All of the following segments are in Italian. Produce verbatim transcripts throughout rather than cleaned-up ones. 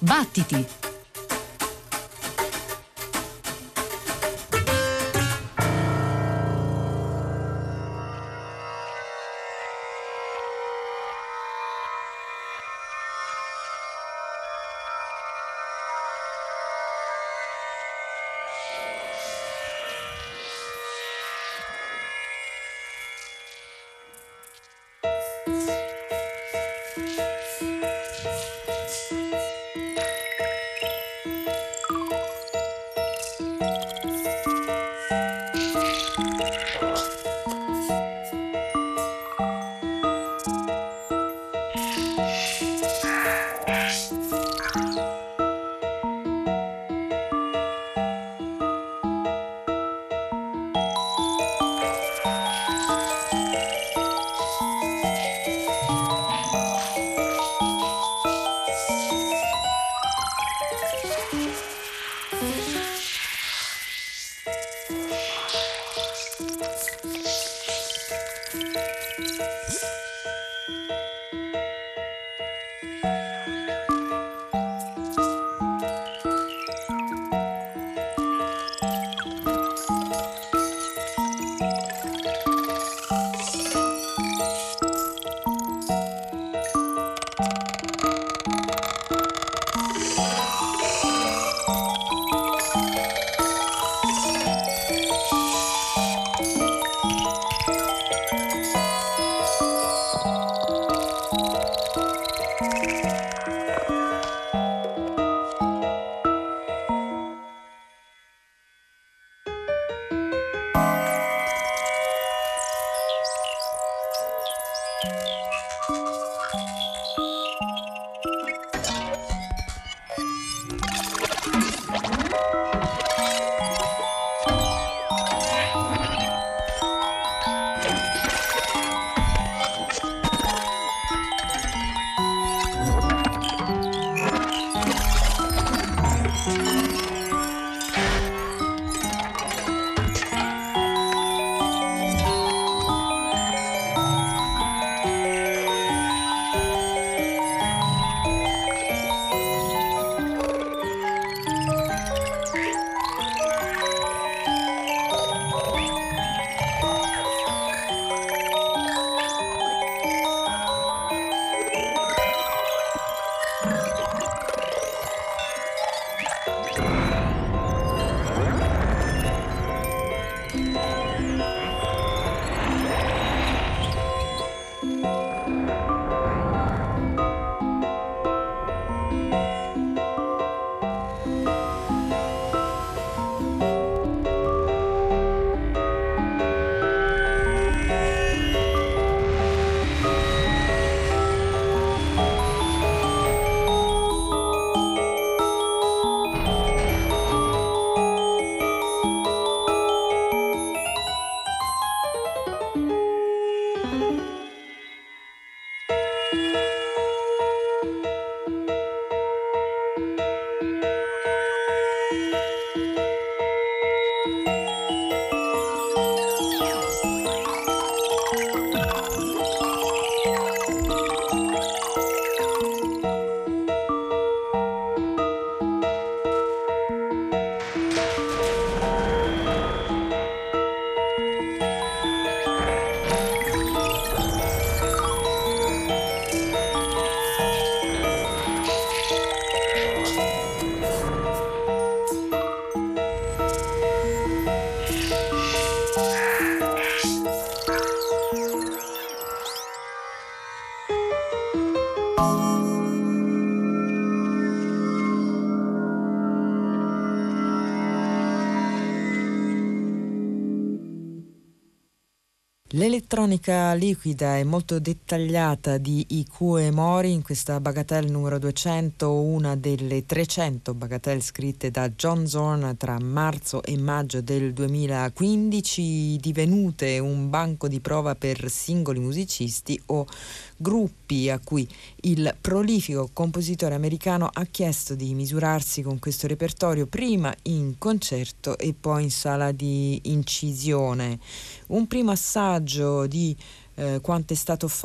Battiti! L'elettronica liquida e molto dettagliata di Ikue Mori in questa bagatelle numero duecento, una delle trecento bagatelle scritte da John Zorn tra marzo e maggio del duemilaquindici, divenute un banco di prova per singoli musicisti o gruppi a cui il prolifico compositore americano ha chiesto di misurarsi con questo repertorio prima in concerto e poi in sala di incisione. Un primo assaggio di eh, quanto è stato fatto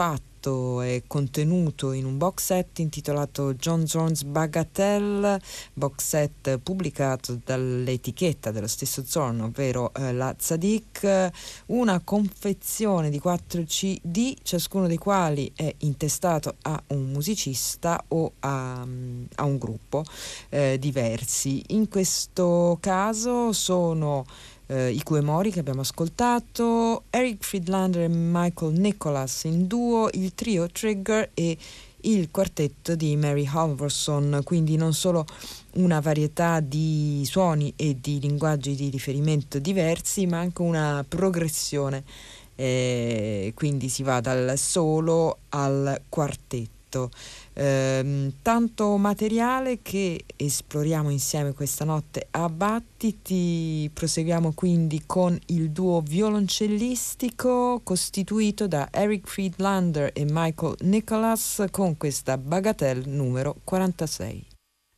questo è contenuto in un box set intitolato John Zorn's Bagatelle, box set pubblicato dall'etichetta dello stesso Zorn, ovvero eh, la Tzadik, una confezione di quattro C D, ciascuno dei quali è intestato a un musicista o a, a un gruppo eh, diversi. In questo caso sono Uh, i Kue Mori che abbiamo ascoltato, Eric Friedlander e Michael Nicholas in duo, il trio Trigger e il quartetto di Mary Halvorson, quindi non solo una varietà di suoni e di linguaggi di riferimento diversi, ma anche una progressione, eh, quindi si va dal solo al quartetto. Eh, tanto materiale che esploriamo insieme questa notte a Battiti. Proseguiamo quindi con il duo violoncellistico costituito da Eric Friedlander e Michael Nicholas con questa Bagatelle numero quarantasei.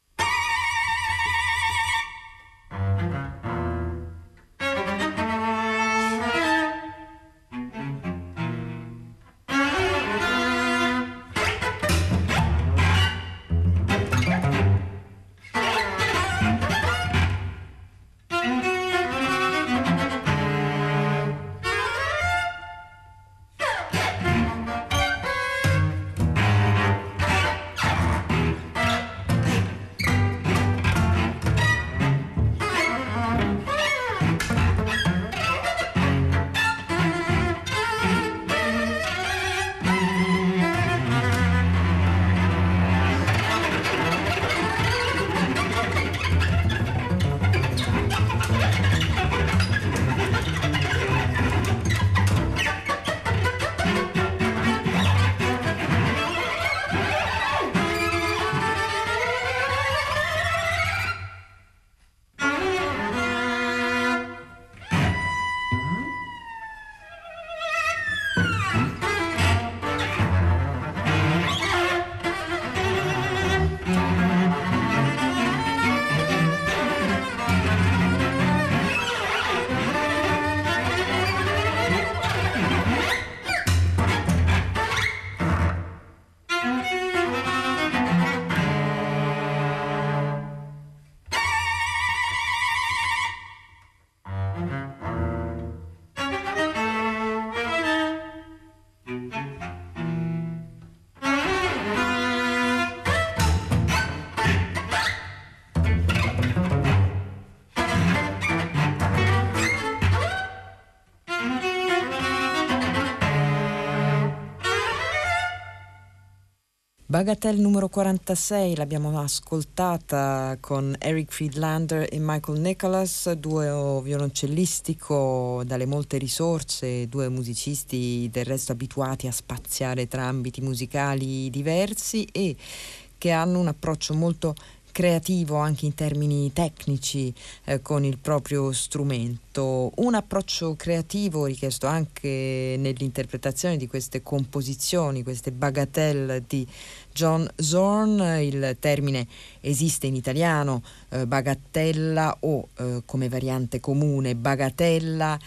Bagatelle numero quarantasei l'abbiamo ascoltata con Eric Friedlander e Michael Nicholas, duo violoncellistico dalle molte risorse, due musicisti del resto abituati a spaziare tra ambiti musicali diversi e che hanno un approccio molto creativo anche in termini tecnici eh, con il proprio strumento, un approccio creativo richiesto anche nell'interpretazione di queste composizioni, queste bagatelle di John Zorn. Il termine esiste in italiano, eh, bagattella o eh, come variante comune bagatella,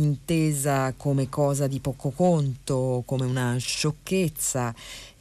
intesa come cosa di poco conto, come una sciocchezza,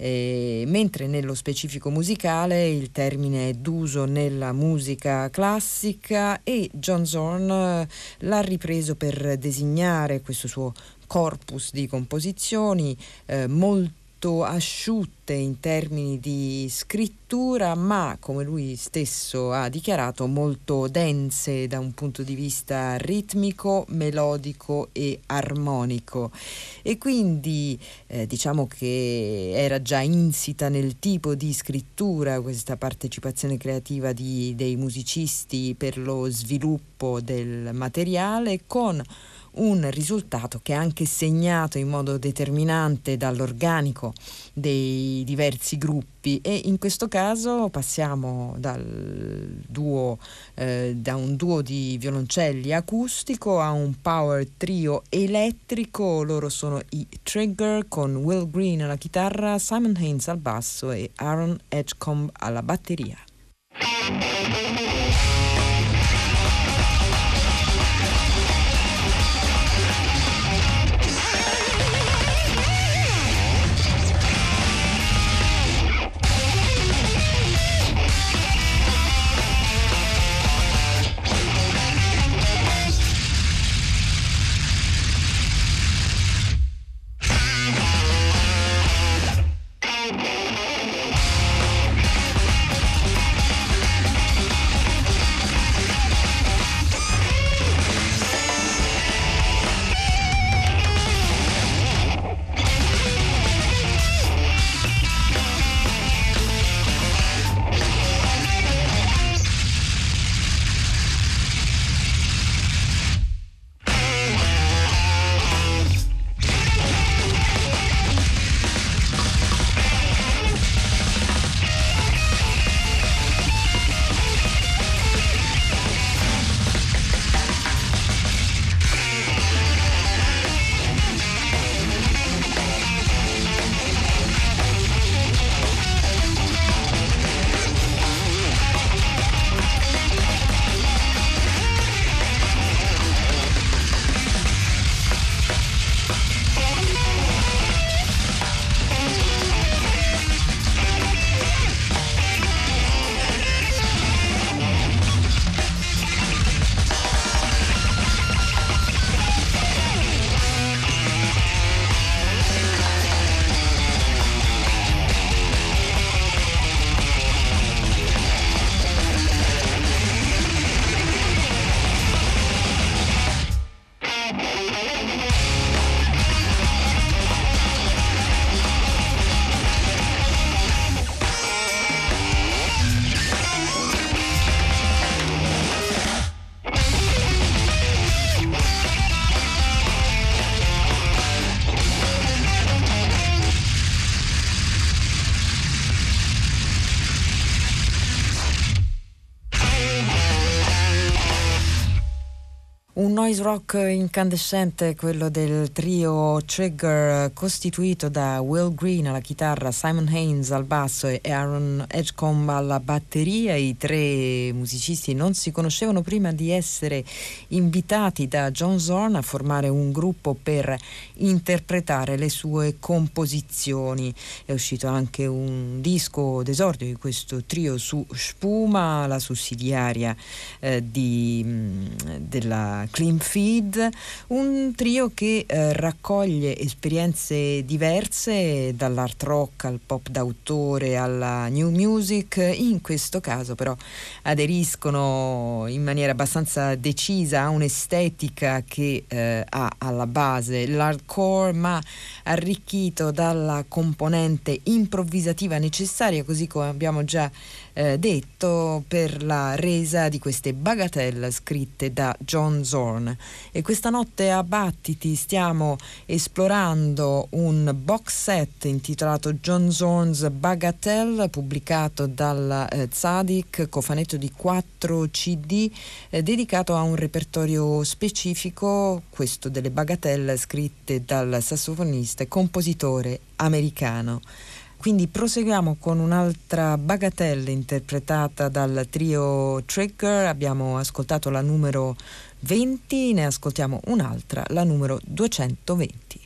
eh, mentre nello specifico musicale il termine è d'uso nella musica classica e John Zorn eh, l'ha ripreso per designare questo suo corpus di composizioni eh, molto asciutte in termini di scrittura, ma come lui stesso ha dichiarato molto dense da un punto di vista ritmico, melodico e armonico, e quindi eh, diciamo che era già insita nel tipo di scrittura questa partecipazione creativa di, dei musicisti per lo sviluppo del materiale, con un risultato che è anche segnato in modo determinante dall'organico dei diversi gruppi, e in questo caso passiamo dal duo eh, da un duo di violoncelli acustico a un power trio elettrico. Loro sono i Trigger con Will Green alla chitarra, Simon Haynes al basso e Aaron Edgecombe alla batteria. noise rock incandescente, quello del trio Trigger, costituito da Will Green alla chitarra, Simon Haynes al basso e Aaron Edgecombe alla batteria. I tre musicisti non si conoscevano prima di essere invitati da John Zorn a formare un gruppo per interpretare le sue composizioni. È uscito anche un disco d'esordio di questo trio su Spuma, la sussidiaria eh, di, mh, della Clean Feed, un trio che eh, raccoglie esperienze diverse, dall'art rock al pop d'autore alla new music. In questo caso però aderiscono in maniera abbastanza decisa a un'estetica che eh, ha alla base l'hardcore, ma arricchito dalla componente improvvisativa necessaria, così come abbiamo già eh, detto, per la resa di queste bagatelle scritte da John Zorn. E questa notte a Battiti stiamo esplorando un box set intitolato John Zorn's Bagatelle, pubblicato dalla eh, Tzadik, cofanetto di quattro C D, eh, dedicato a un repertorio specifico, questo delle bagatelle scritte dal sassofonista e compositore americano. Quindi proseguiamo con un'altra bagatelle interpretata dal trio Trigger. Abbiamo ascoltato la numero venti, ne ascoltiamo un'altra, la numero duecentoventi.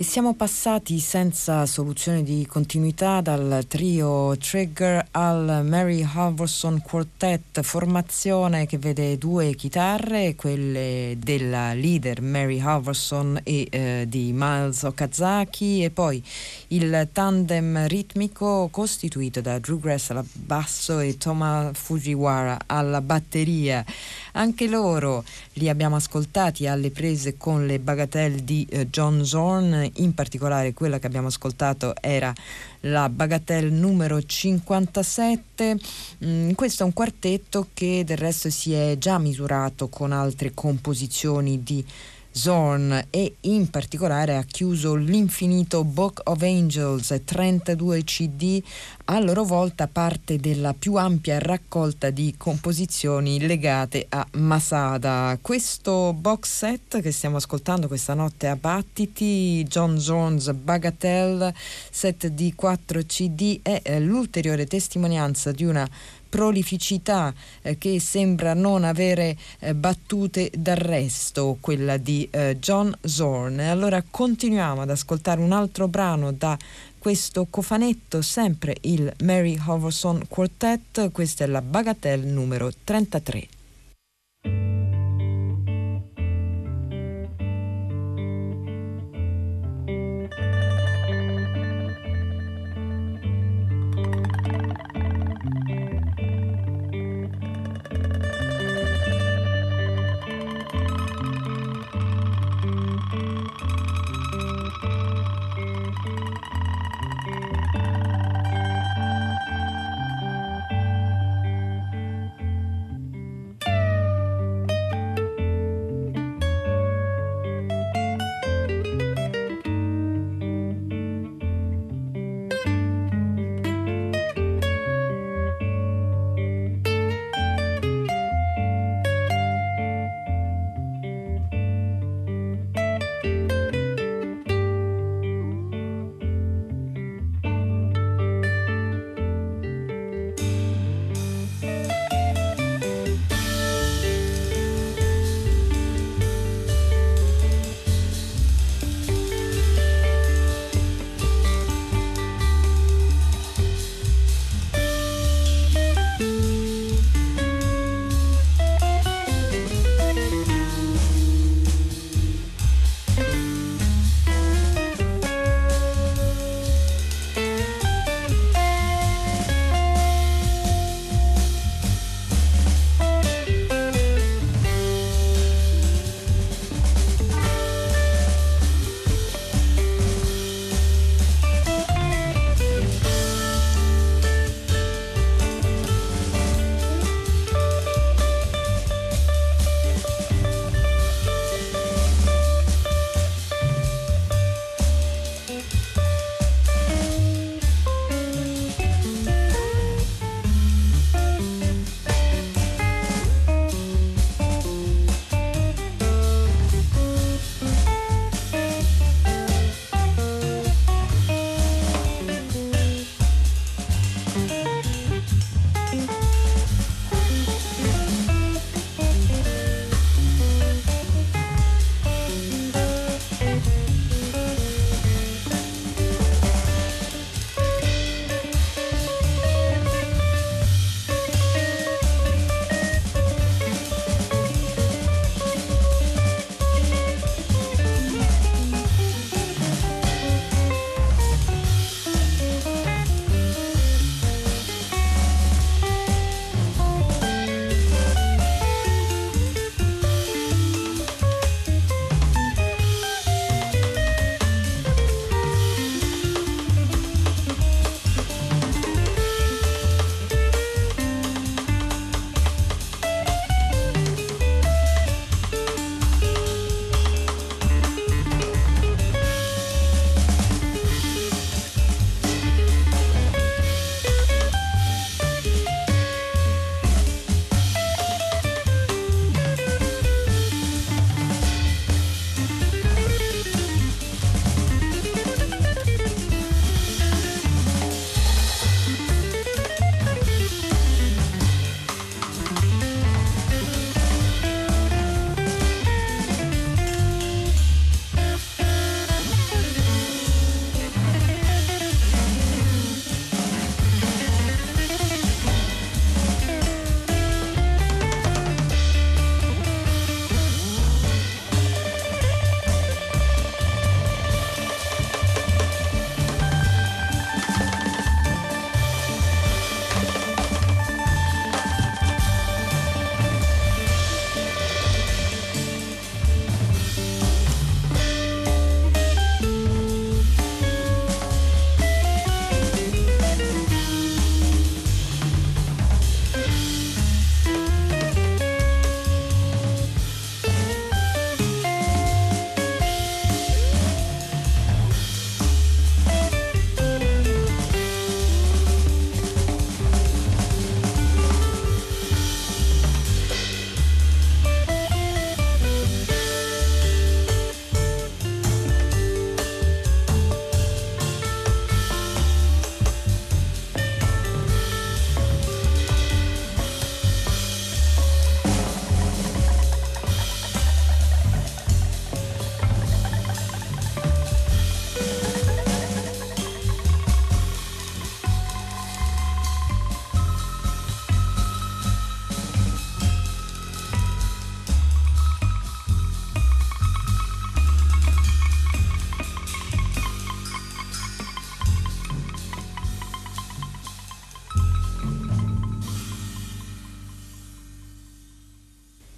siamo passati senza soluzione di continuità dal trio Trigger al Mary Halvorson Quartet, formazione che vede due chitarre, quelle della leader Mary Halvorson e eh, di Miles Okazaki, e poi il tandem ritmico costituito da Drew Grass al basso e Toma Fujiwara alla batteria. Anche loro li abbiamo ascoltati alle prese con le bagatelle di eh, John Zorn, in particolare quella che abbiamo ascoltato era la bagatelle numero cinquantasette. Mm, questo è un quartetto che del resto si è già misurato con altre composizioni di Zorn e in particolare ha chiuso l'infinito Book of Angels, trentadue C D, a loro volta parte della più ampia raccolta di composizioni legate a Masada. Questo box set che stiamo ascoltando questa notte a Battiti, John Zorn's Bagatelle, set di quattro C D, è eh, l'ulteriore testimonianza di una prolificità eh, che sembra non avere eh, battute d'arresto, quella di eh, John Zorn. E allora continuiamo ad ascoltare un altro brano da questo cofanetto, sempre il Mary Halvorson Quartet. Questa è la bagatelle numero trentatré.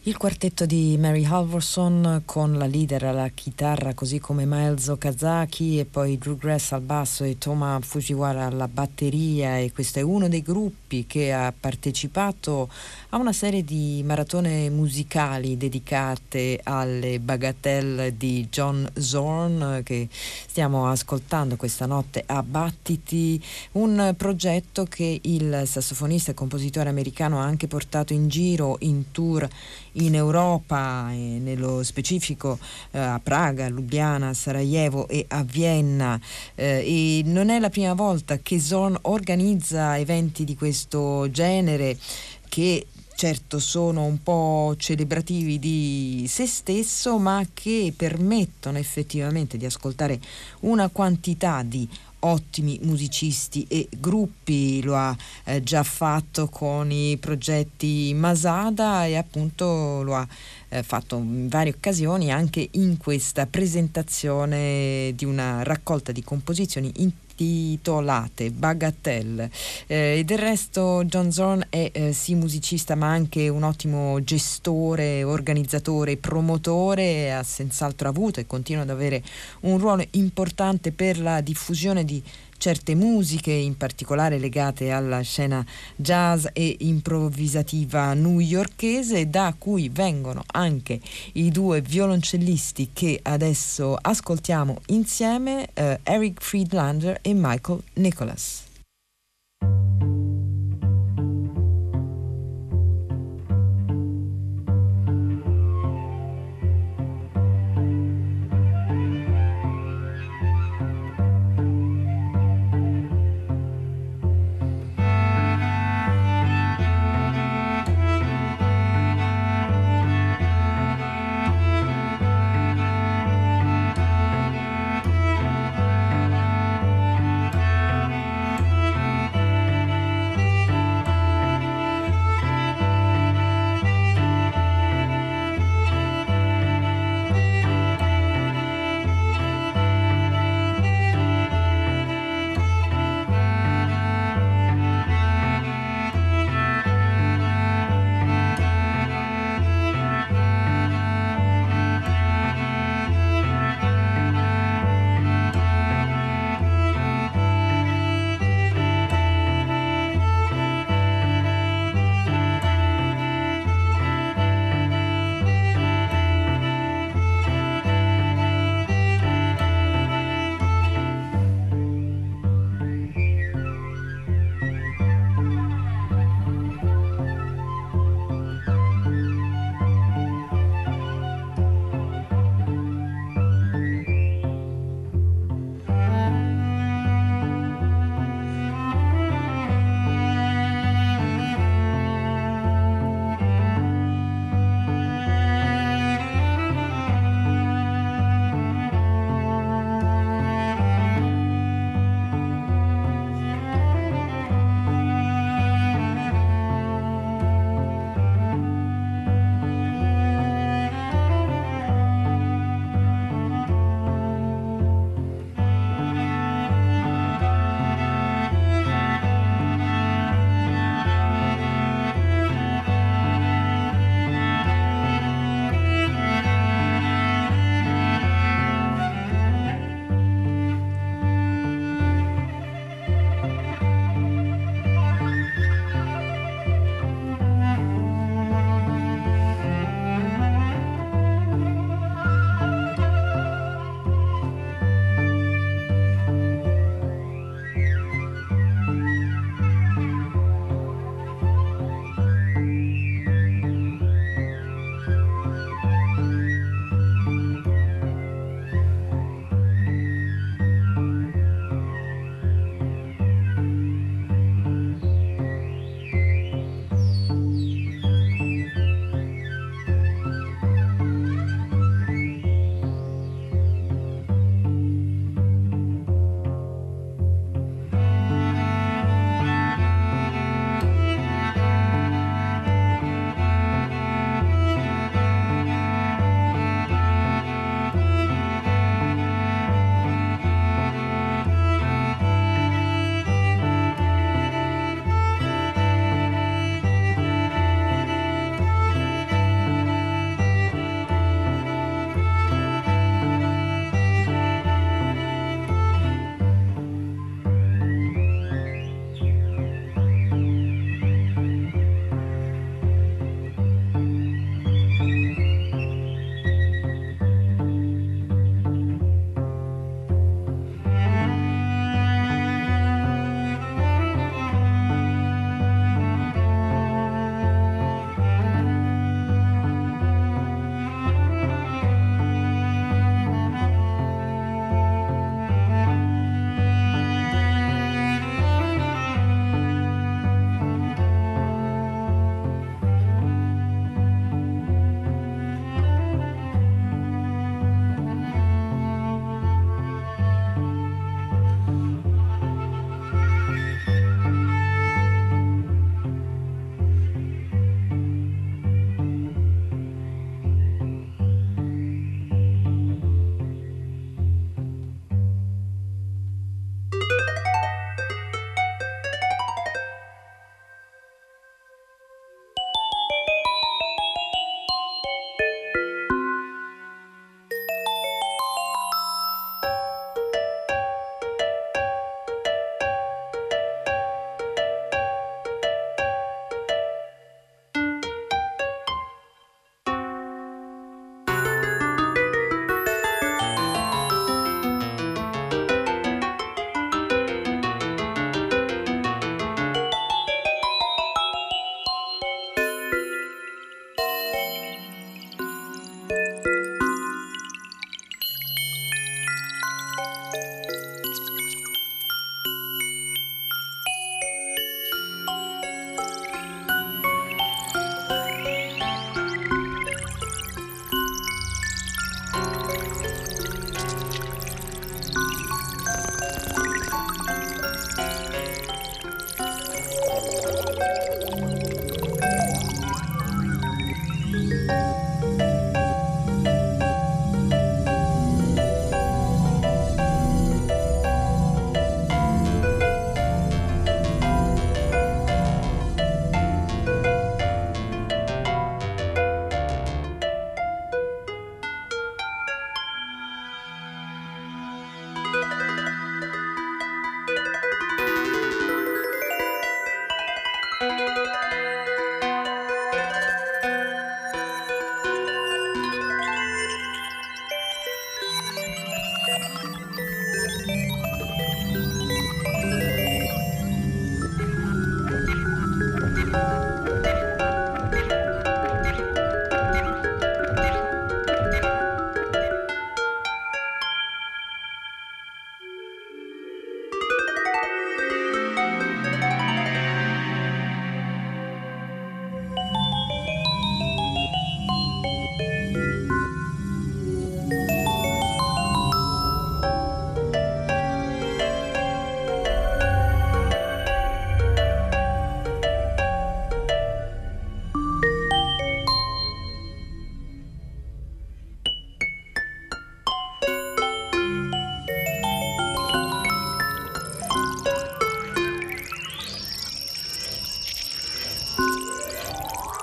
Il quartetto di Mary Halvorson con la leader alla chitarra, così come Miles Okazaki, e poi Drew Grass al basso e Toma Fujiwara alla batteria, e questo è uno dei gruppi che ha partecipato a una serie di maratone musicali dedicate alle bagatelle di John Zorn che stiamo ascoltando questa notte a Battiti, un progetto che il sassofonista e compositore americano ha anche portato in giro in tour in Europa, e nello specifico eh, a Praga, a Lubiana, a Sarajevo e a Vienna, eh, e non è la prima volta che Zorn organizza eventi di questo genere, che certo sono un po' celebrativi di se stesso, ma che permettono effettivamente di ascoltare una quantità di ottimi musicisti e gruppi. Lo ha eh, già fatto con i progetti Masada, e appunto lo ha eh, fatto in varie occasioni anche in questa presentazione di una raccolta di composizioni intitolate Bagatelle. Eh, e del resto John Zorn è eh, sì musicista, ma anche un ottimo gestore, organizzatore, promotore. Ha senz'altro avuto e continua ad avere un ruolo importante per la diffusione di certe musiche, in particolare legate alla scena jazz e improvvisativa newyorkese, da cui vengono anche i due violoncellisti che adesso ascoltiamo insieme, eh, Eric Friedlander e Michael Nicholas.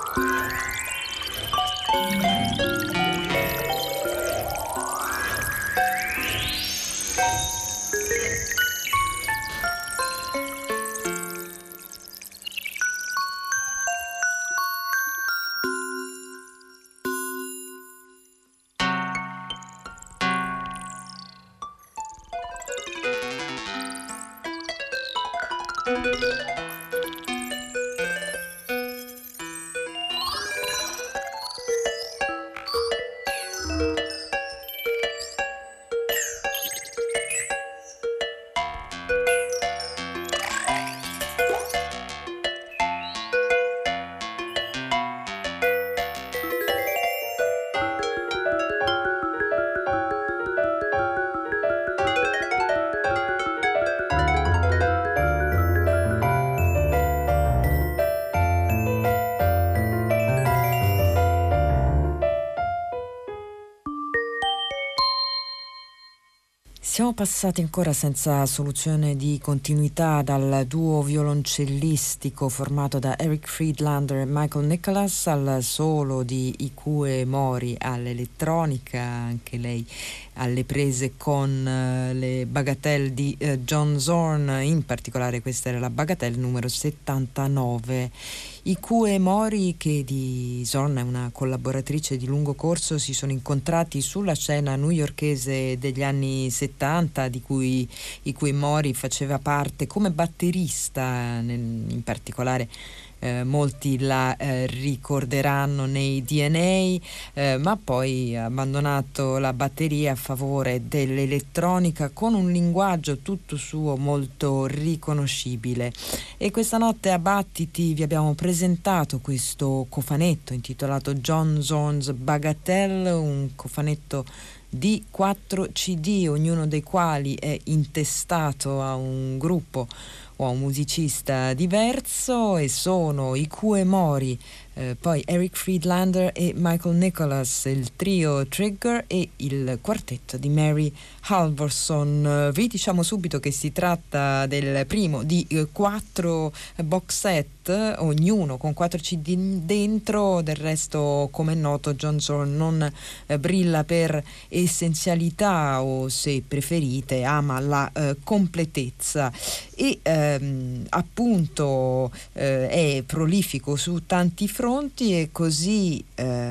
Siamo passati ancora senza soluzione di continuità dal duo violoncellistico formato da Eric Friedlander e Michael Nicholas al solo di Ikue Mori all'elettronica, anche lei alle prese con uh, le bagatelle di uh, John Zorn, in particolare questa era la bagatelle numero settantanove. Ikue Mori, che di Zorn è una collaboratrice di lungo corso, si sono incontrati sulla scena newyorkese degli anni settanta, di cui Ikue Mori faceva parte come batterista, nel, in particolare Eh, molti la eh, ricorderanno nei D N A, eh, ma poi ha abbandonato la batteria a favore dell'elettronica con un linguaggio tutto suo molto riconoscibile. E questa notte a Battiti vi abbiamo presentato questo cofanetto intitolato John Zorn's Bagatelle, un cofanetto di quattro C D, ognuno dei quali è intestato a un gruppo o a un musicista diverso, e sono Ikue Mori, eh, poi Eric Friedlander e Michael Nicholas, il trio Trigger e il quartetto di Mary Halvorson. Vi diciamo subito che si tratta del primo di eh, quattro box set, ognuno con quattro C D dentro. Del resto, come è noto, John Zorn non eh, brilla per essenzialità, o se preferite ama la eh, completezza, e ehm, appunto eh, è prolifico su tanti fronti, e così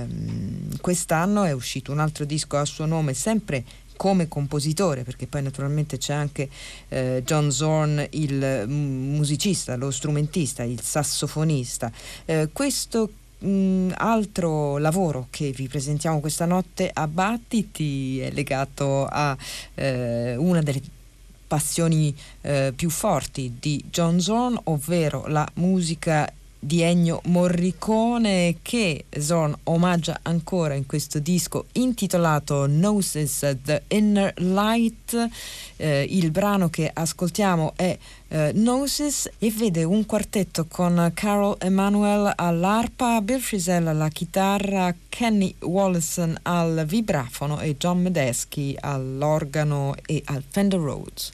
ehm, quest'anno è uscito un altro disco a suo nome, sempre come compositore, perché poi naturalmente c'è anche eh, John Zorn, il musicista, lo strumentista, il sassofonista. Eh, questo mh, altro lavoro che vi presentiamo questa notte a Battiti è legato a eh, una delle passioni eh, più forti di John Zorn, ovvero la musica di Ennio Morricone, che Zorn omaggia ancora in questo disco intitolato Gnosis The Inner Light. Eh, il brano che ascoltiamo è eh, Gnosis, e vede un quartetto con Carol Emanuel all'arpa, Bill Frisell alla chitarra, Kenny Wollesen al vibrafono e John Medeski all'organo e al Fender Rhodes.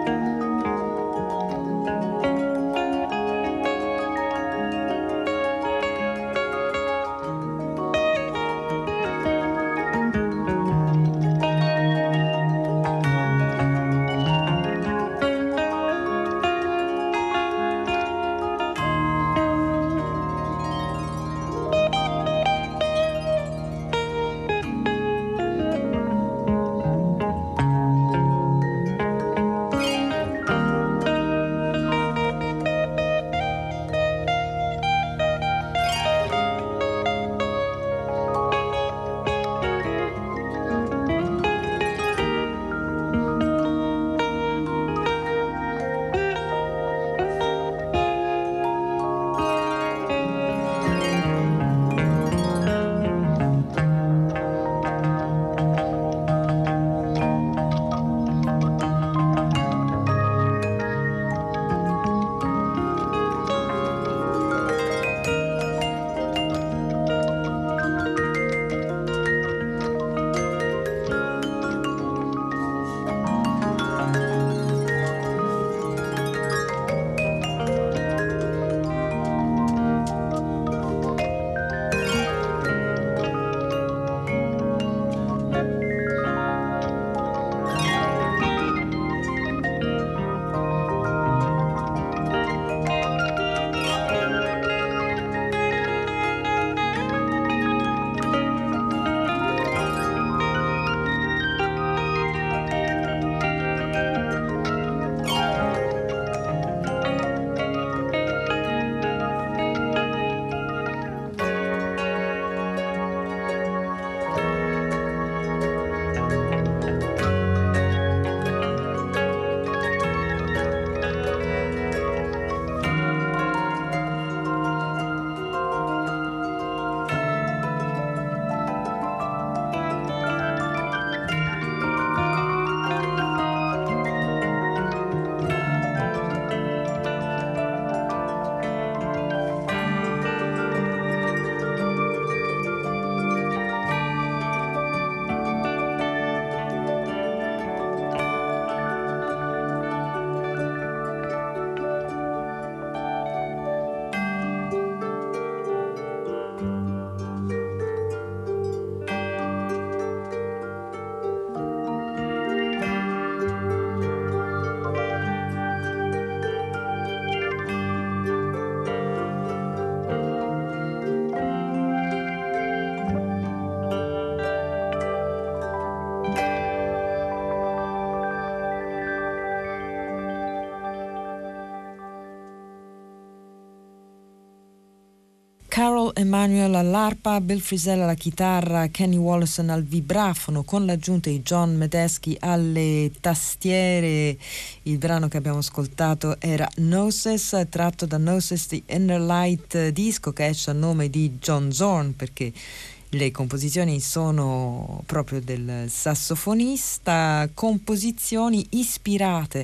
Carol Emanuel all'arpa, Bill Frisell alla chitarra, Kenny Wollesen al vibrafono con l'aggiunta di John Medeski alle tastiere. Il brano che abbiamo ascoltato era Gnosis, tratto da Gnosis The Inner Light, disco che esce a nome di John Zorn perché le composizioni sono proprio del sassofonista, composizioni ispirate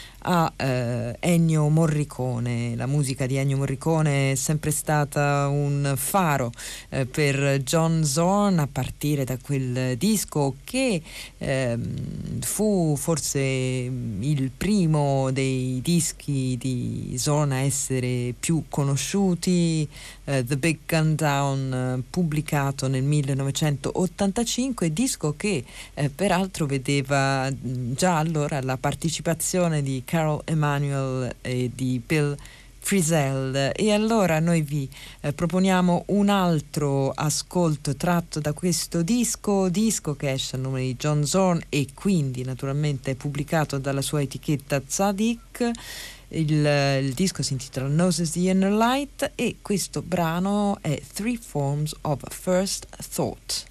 a eh, Ennio Morricone. La musica di Ennio Morricone è sempre stata un faro eh, per John Zorn, a partire da quel disco che eh, fu forse il primo dei dischi di Zorn a essere più conosciuti, eh, The Big Gun Down, eh, pubblicato nel millenovecentottantacinque, disco che eh, peraltro vedeva già allora la partecipazione di Carol Emanuel e di Bill Frisell. E allora noi vi eh, proponiamo un altro ascolto tratto da questo disco, disco che esce a nome di John Zorn e quindi naturalmente è pubblicato dalla sua etichetta Tzadik. Il, il disco si intitola Gnosis The Inner Light e questo brano è Three Forms of First Thought.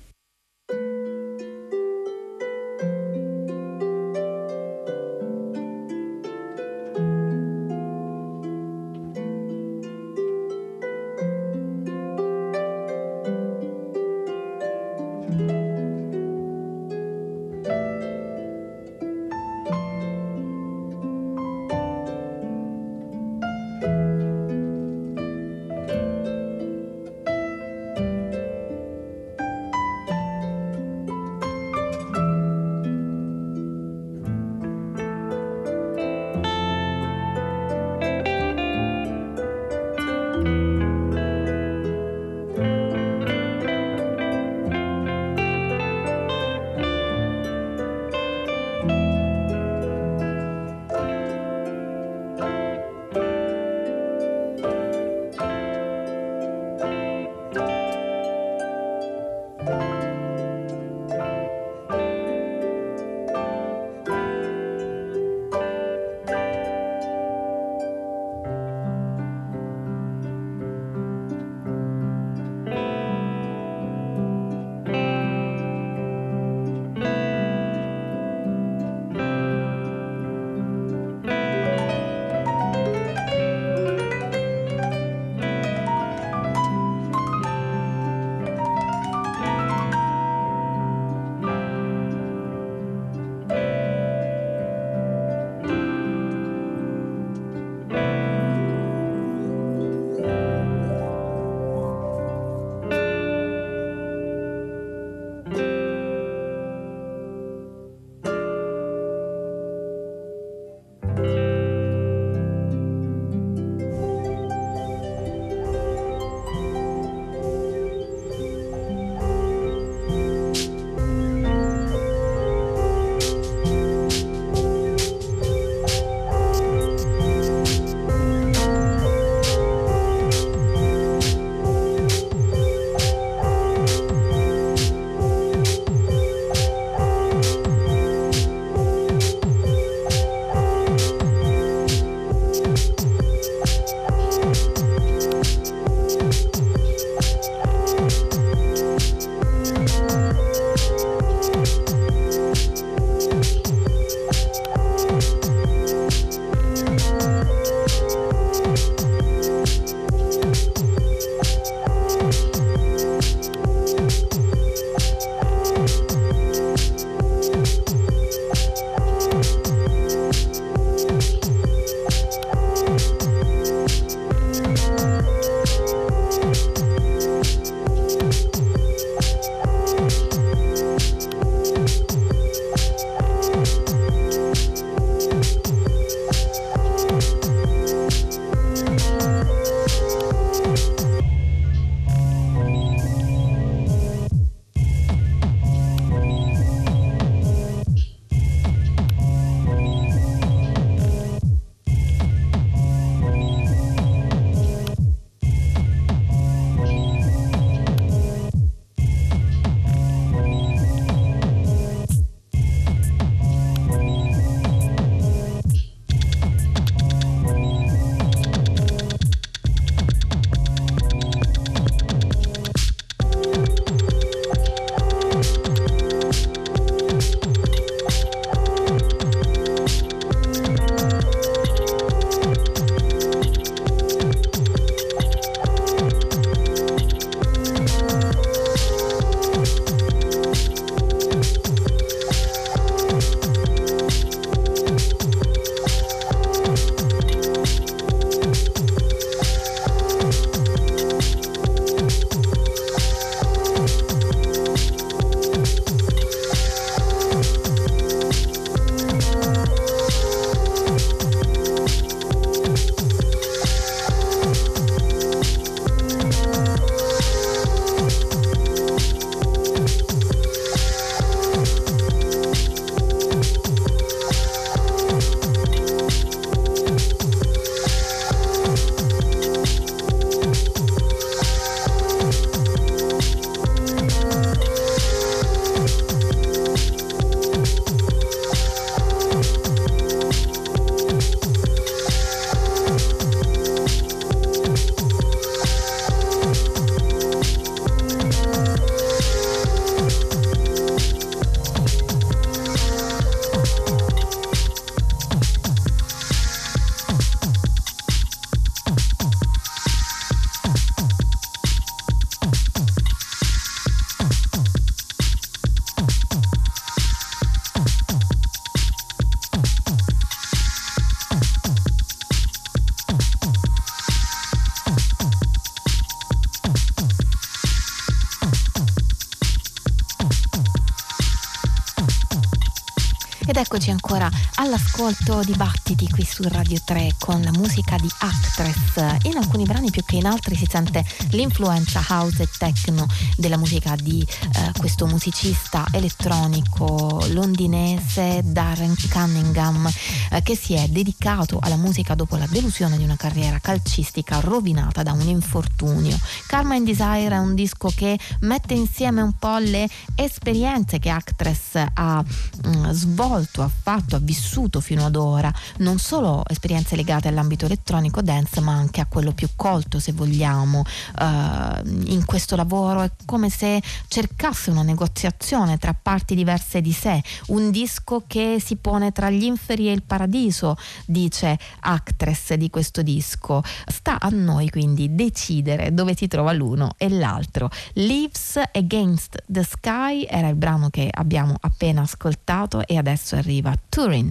Ed eccoci ancora all'ascolto di Battiti qui su Radio tre con la musica di Actress. In alcuni brani più che in altri si sente l'influenza house e techno della musica di eh, questo musicista elettronico londinese Darren Cunningham, eh, che si è dedicato alla musica dopo la delusione di una carriera calcistica rovinata da un infortunio. Karma and Desire è un disco che mette insieme un po' le esperienze che Actress ha mh, svolto, ha fatto, ha vissuto fino ad ora, non solo esperienze legate all'ambito elettronico dance, ma anche a quello più colto, se vogliamo. Uh, in questo lavoro è come se cercasse una negoziazione tra parti diverse di sé, un disco che si pone tra gli inferi e il paradiso, dice Actress di questo disco. Sta a noi quindi decidere dove si trova l'uno e l'altro. Leaves Against the Sky era il brano che abbiamo appena ascoltato e adesso arriva Turin.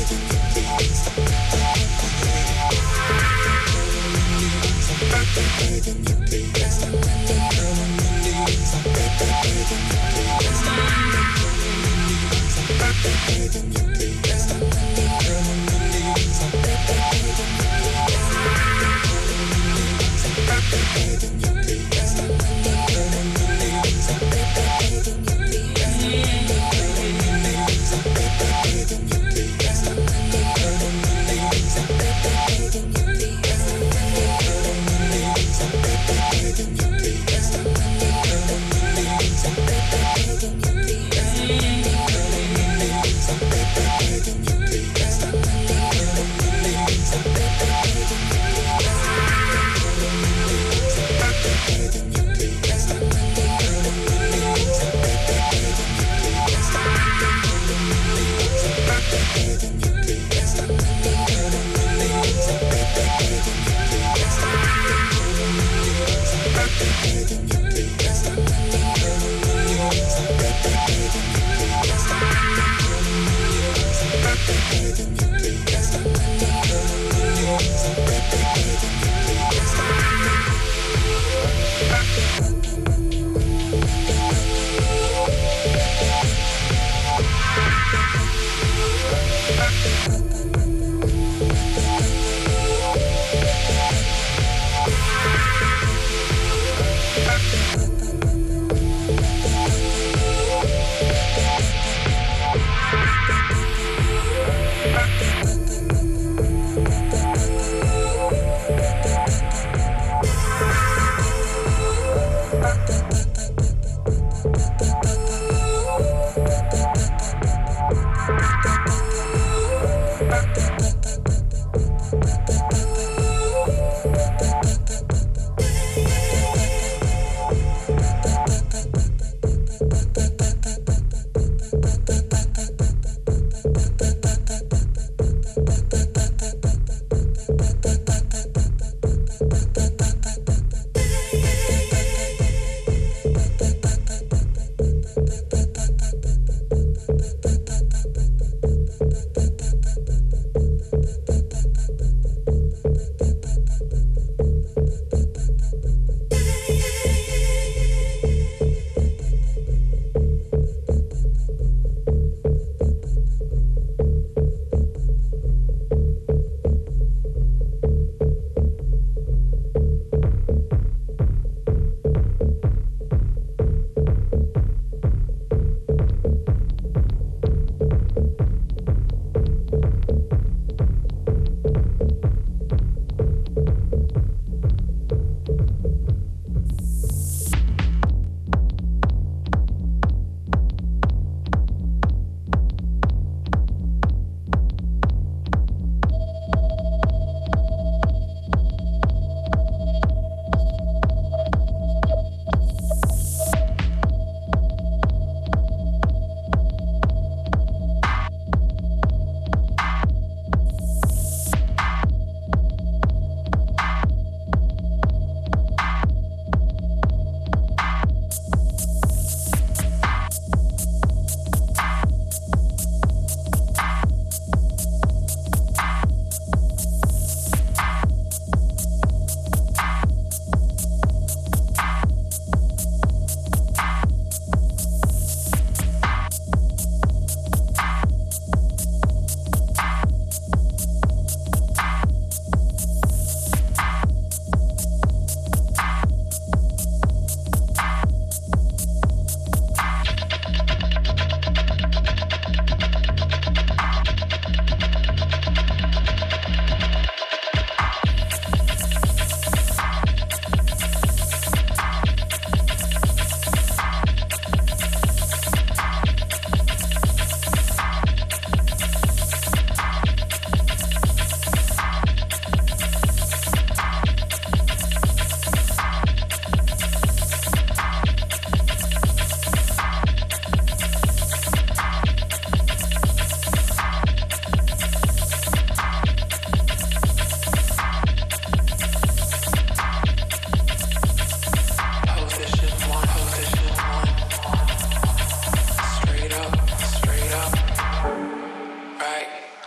Bye.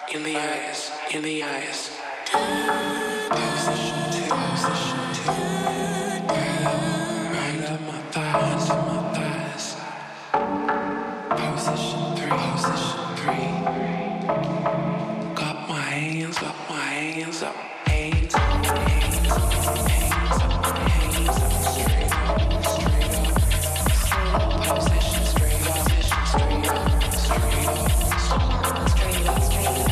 in the eyes, in the eyes. Position two, position two. Right up my thighs, up my thighs. Position three, position three. Got my hands up, my hands up, hands up, hands up, hands up, hands up, straight up, straight up, straight up, position straight up, position straight up, straight up, straight up, straight up.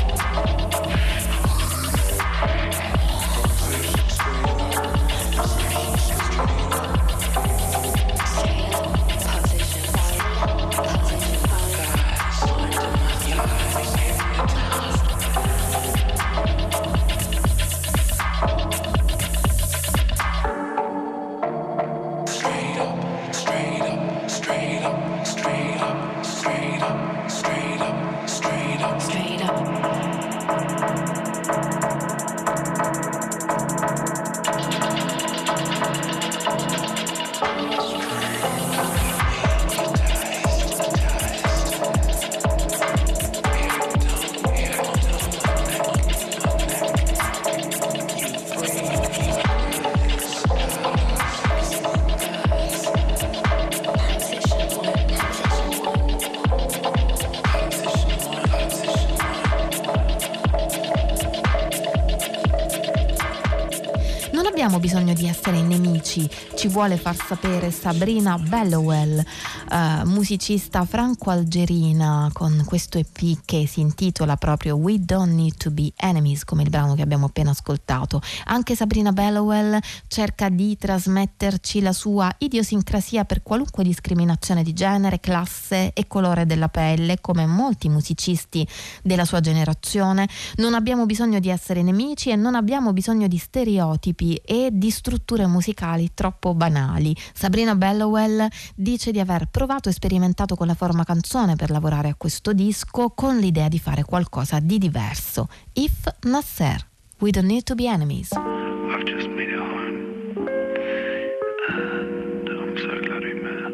abbiamo bisogno di essere nemici, ci vuole far sapere Sabrina Bellowell, eh, musicista franco-algerina, con questo E P che si intitola proprio We Don't Need to Be Enemies, come il brano che abbiamo appena ascoltato. Anche Sabrina Bellowell cerca di trasmetterci la sua idiosincrasia per qualunque discriminazione di genere, classe e colore della pelle, come molti musicisti della sua generazione. Non abbiamo bisogno di essere nemici e non abbiamo bisogno di stereotipi e di strutture musicali troppo banali. Sabrina Bellowell dice di aver provato e sperimentato con la forma canzone per lavorare a questo disco, con l'idea di fare qualcosa di diverso. If Nasser, We Don't Need to Be Enemies. I've just made it home and I'm so glad we met.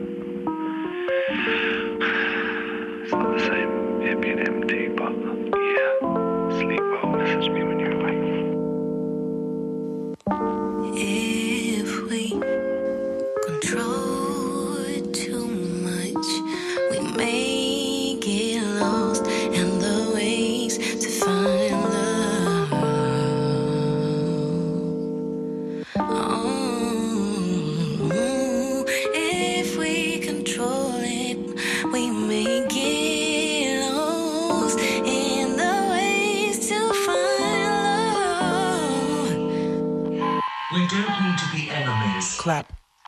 It's not the same, it being empty, but yeah, sleep well, message me when you're awake. If we control it too much, we may get lost in the ways to find love. Oh, if we control it, we may get lost in the ways to find love. We don't need to be enemies. Clap.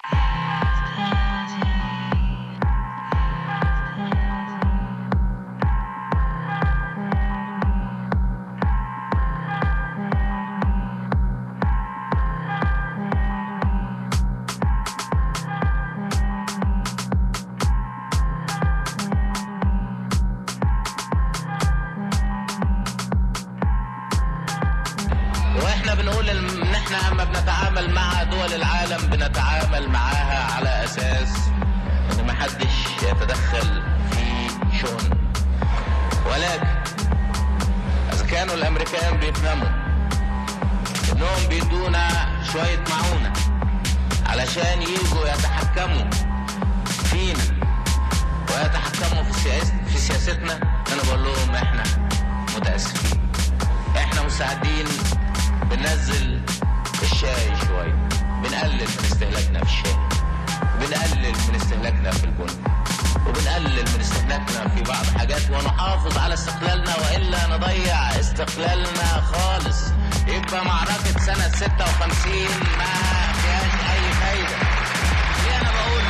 واحنا بنقول ان احنا اما بنتعامل مع دول العالم بنتعامل معاها على اساس ان محدش يتدخل في شؤون، ولكن اذا كانوا الامريكان بيفهموا انهم بيدونا شوية معونة علشان يجوا يتحكموا فينا ويتحكموا في سياست في سياستنا، انا بقول لهم احنا متاسفين، احنا مساعدين. بننزل الشاي شوي، بنقلل من استهلاكنا في الشاي، بنقلل من استهلاكنا في البن، وبنقلل من استهلاكنا في بعض حاجات، ونحافظ على استقلالنا وإلا نضيع استقلالنا خالص. يبقى معركة سنة ستة وخمسين ما فيهاش أي فايدة. ليه أنا بقول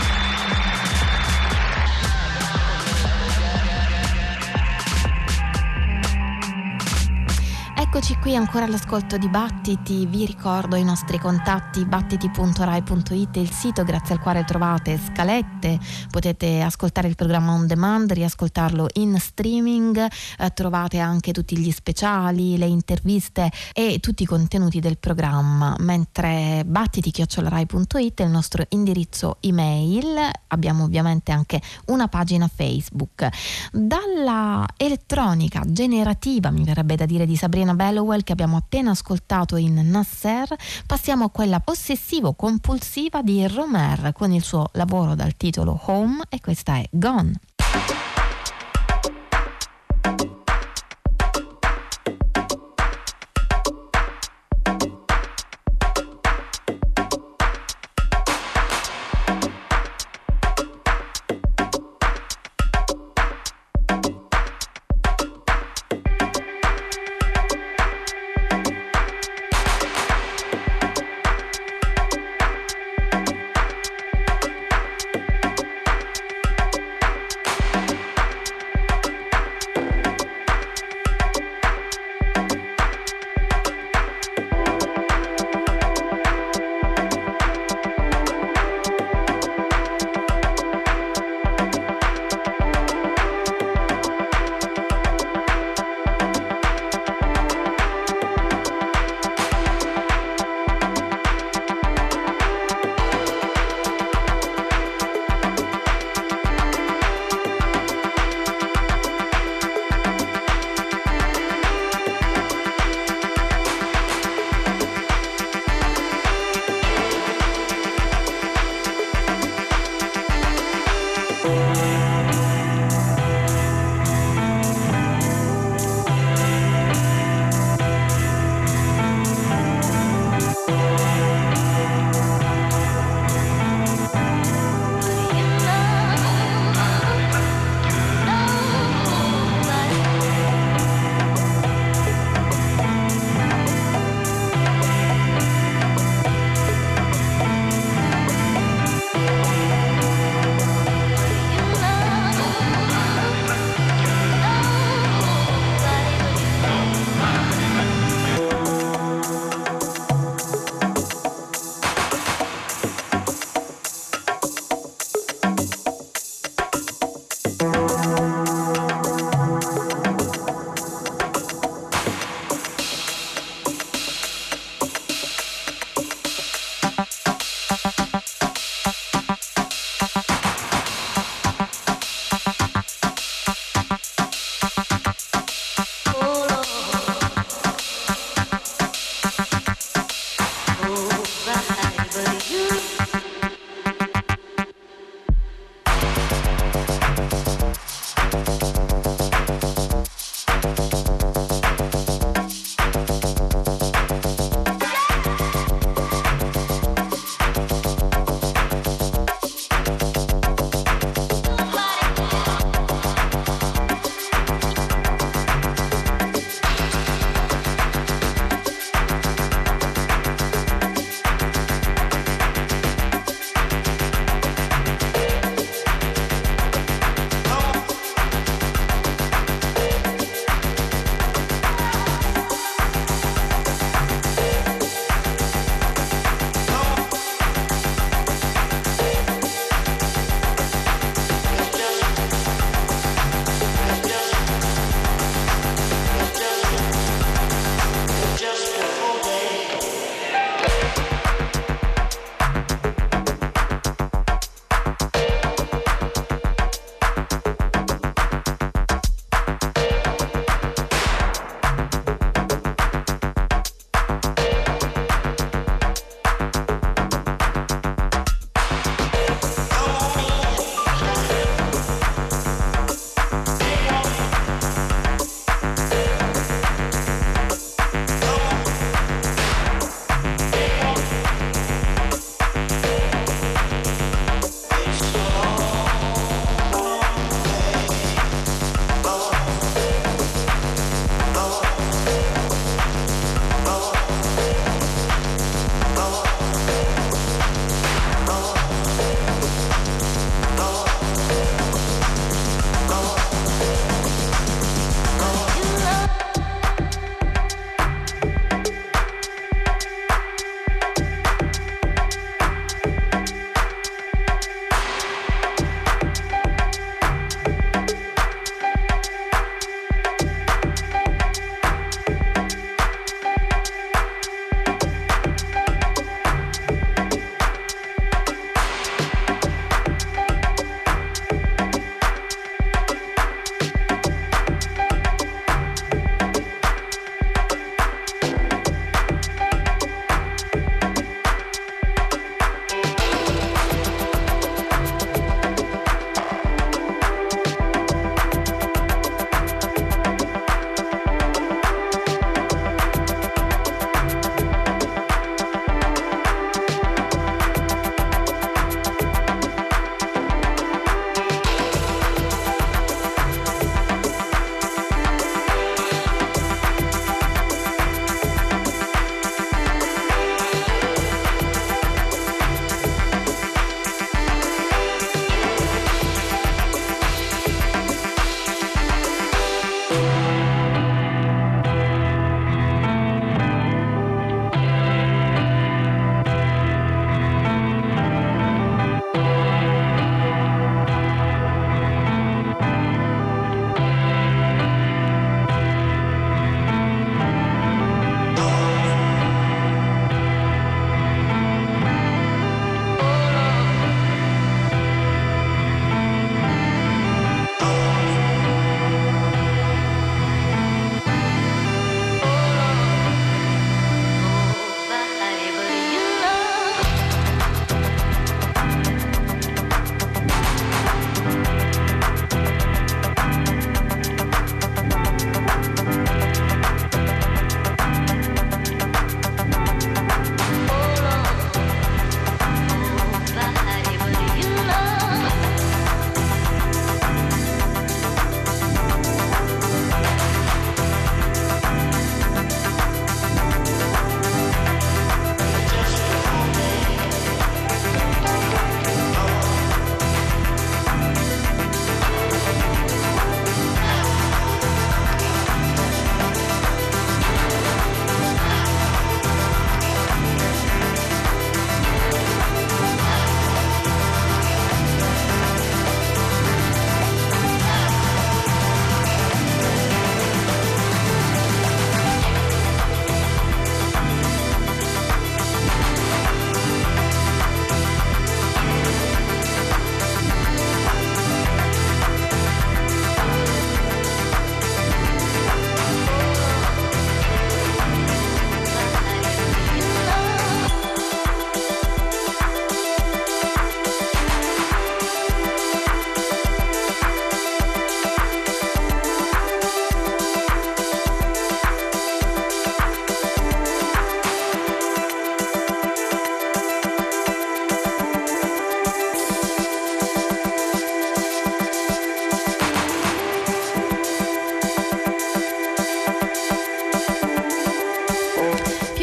Eccoci qui ancora all'ascolto di Battiti. Vi ricordo i nostri contatti: battiti punto rai punto it, il sito grazie al quale trovate scalette, potete ascoltare il programma on demand, riascoltarlo in streaming, eh, trovate anche tutti gli speciali, le interviste e tutti i contenuti del programma, mentre battiti chiocciola rai punto it è il nostro indirizzo email. Abbiamo ovviamente anche una pagina Facebook. Dalla elettronica generativa, mi verrebbe da dire, di Sabrina Bellowell, che abbiamo appena ascoltato in Nasser, passiamo a quella ossessivo-compulsiva di Romer con il suo lavoro dal titolo Home, e questa è Gone.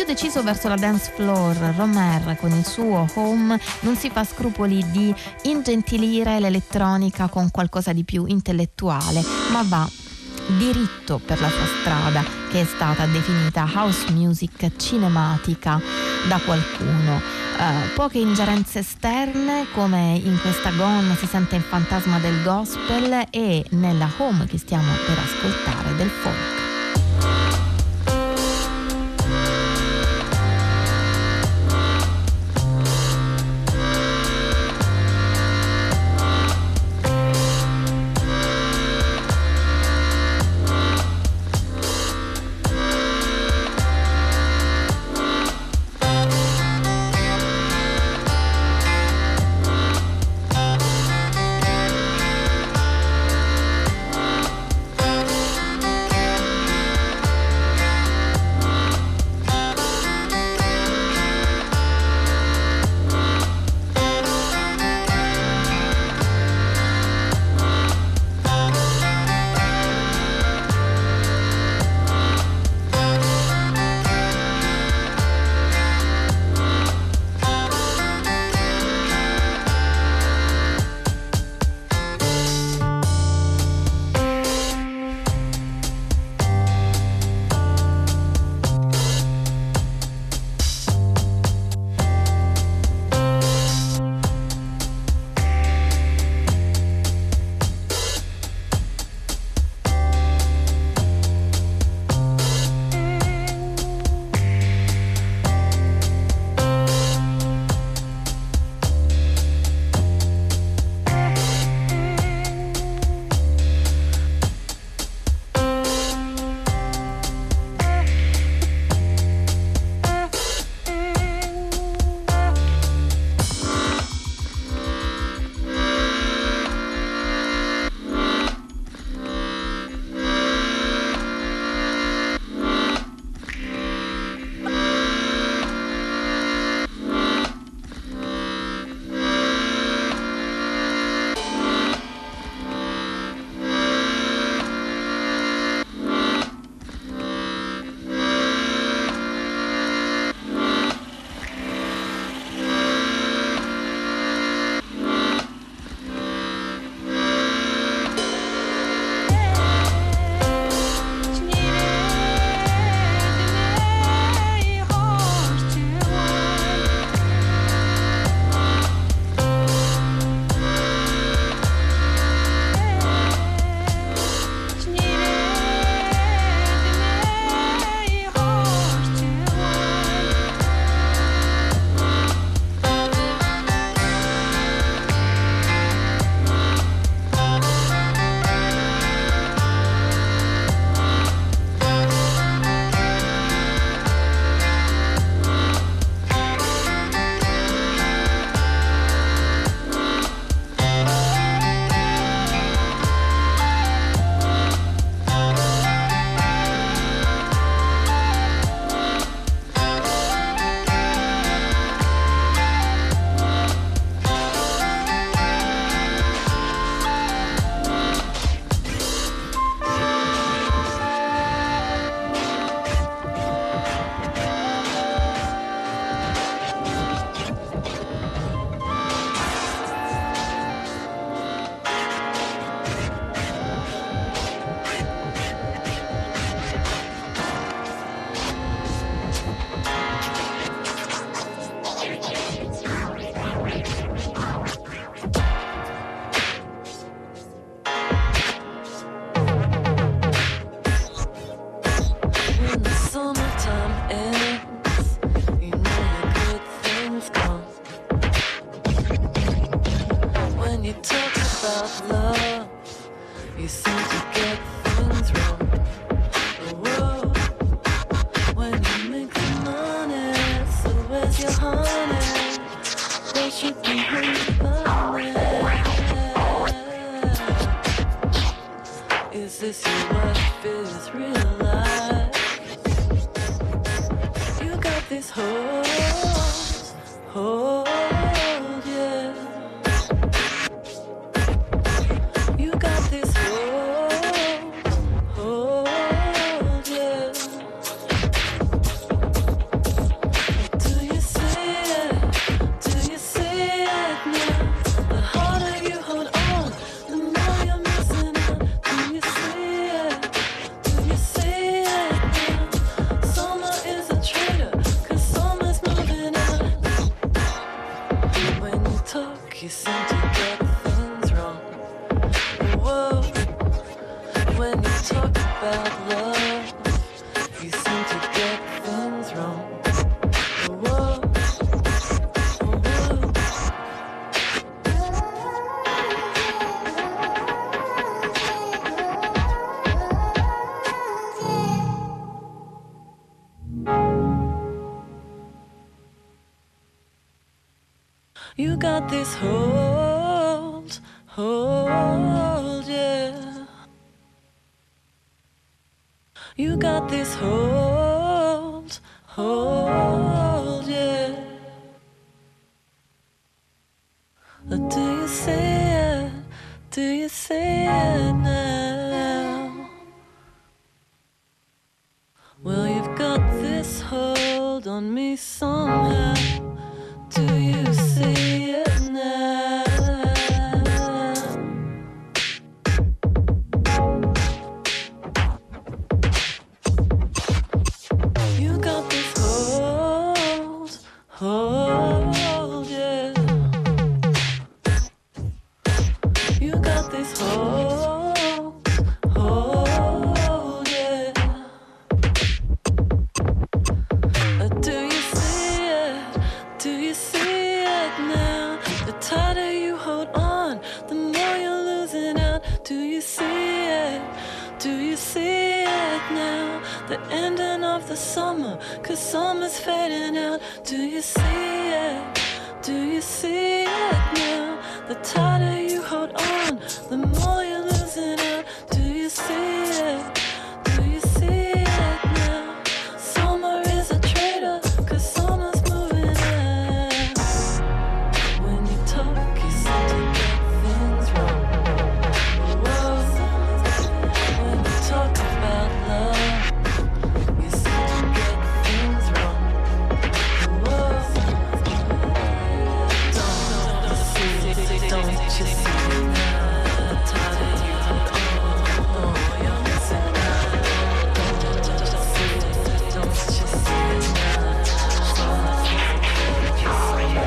Più deciso verso la dance floor, Romer con il suo Home non si fa scrupoli di ingentilire l'elettronica con qualcosa di più intellettuale, ma va diritto per la sua strada, che è stata definita house music cinematica da qualcuno. Uh, poche ingerenze esterne, come in questa Gone si sente il fantasma del gospel, e nella Home che stiamo per ascoltare del folk. You got this hold, hold, yeah. You got this hold, hold, yeah. Do you see it? Do you see it now? Well, you've got this hold on me somehow. Do you see it now? You got this hold, hold, yeah. You got this hold, hold, yeah. Uh, do you see it? Do you see it now? The tighter you hold on, the more you're losing out. Do you see it? Do you see it now? The ending of the summer, 'cause summer's fading out. Do you see it? Do you see it now? The tighter you hold on, the more you're losing out. Do you see it? Do you see it now? Summer is a traitor, 'cause summer's moving out. When you talk, you seem to get things wrong. Whoa. When you talk about love, you seem to get things wrong. Whoa. Don't, don't see, don't you see it now? The tighter you hold on, the more you're missing out. Don't, don't you see it? Don't you see it now? Summer's don't you see it?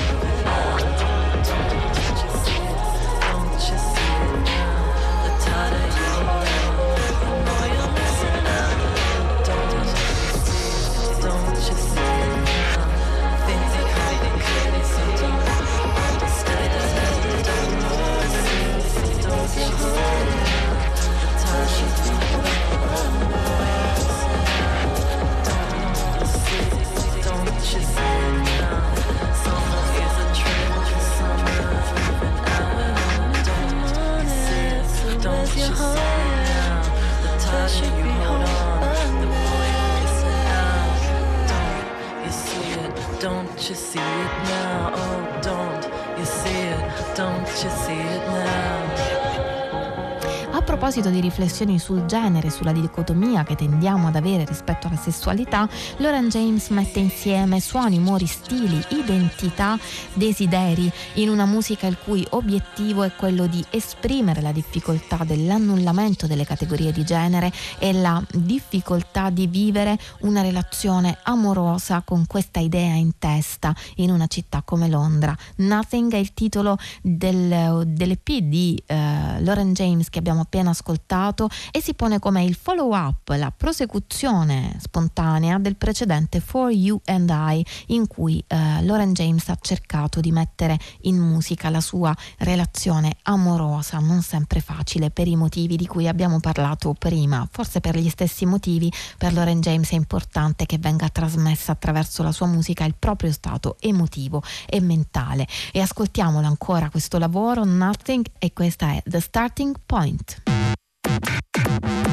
Don't you see it? Don't you see it now? The tighter you hold on, the more you're missing out. Don't you see it? Don't you see it now? Things are coming clearly, so don't understand. Don't see it, don't you see it now? The tighter you hold on, the more you're missing out. Don't see it, don't you see it now? Summer is a trend, summer is moving out. Don't you see it, don't you see it now? The tighter you hold on, the more you're missing out. Don't you see it, don't you see it now? Oh, don't you see it, don't you see it now? A proposito di riflessioni sul genere, sulla dicotomia che tendiamo ad avere rispetto alla sessualità, Lauren James mette insieme suoni, umori, stili, identità, desideri in una musica il cui obiettivo è quello di esprimere la difficoltà dell'annullamento delle categorie di genere e la difficoltà di vivere una relazione amorosa con questa idea in testa in una città come Londra. Nothing è il titolo del, dell'E P di eh, Lauren James che abbiamo appena ascoltato e si pone come il follow up, la prosecuzione spontanea del precedente For You and I, in cui eh, Lauren James ha cercato di mettere in musica la sua relazione amorosa, non sempre facile per i motivi di cui abbiamo parlato prima. Forse per gli stessi motivi per Lauren James è importante che venga trasmessa attraverso la sua musica il proprio stato emotivo e mentale. E ascoltiamolo ancora questo lavoro, Nothing, e questa è The Starting Point.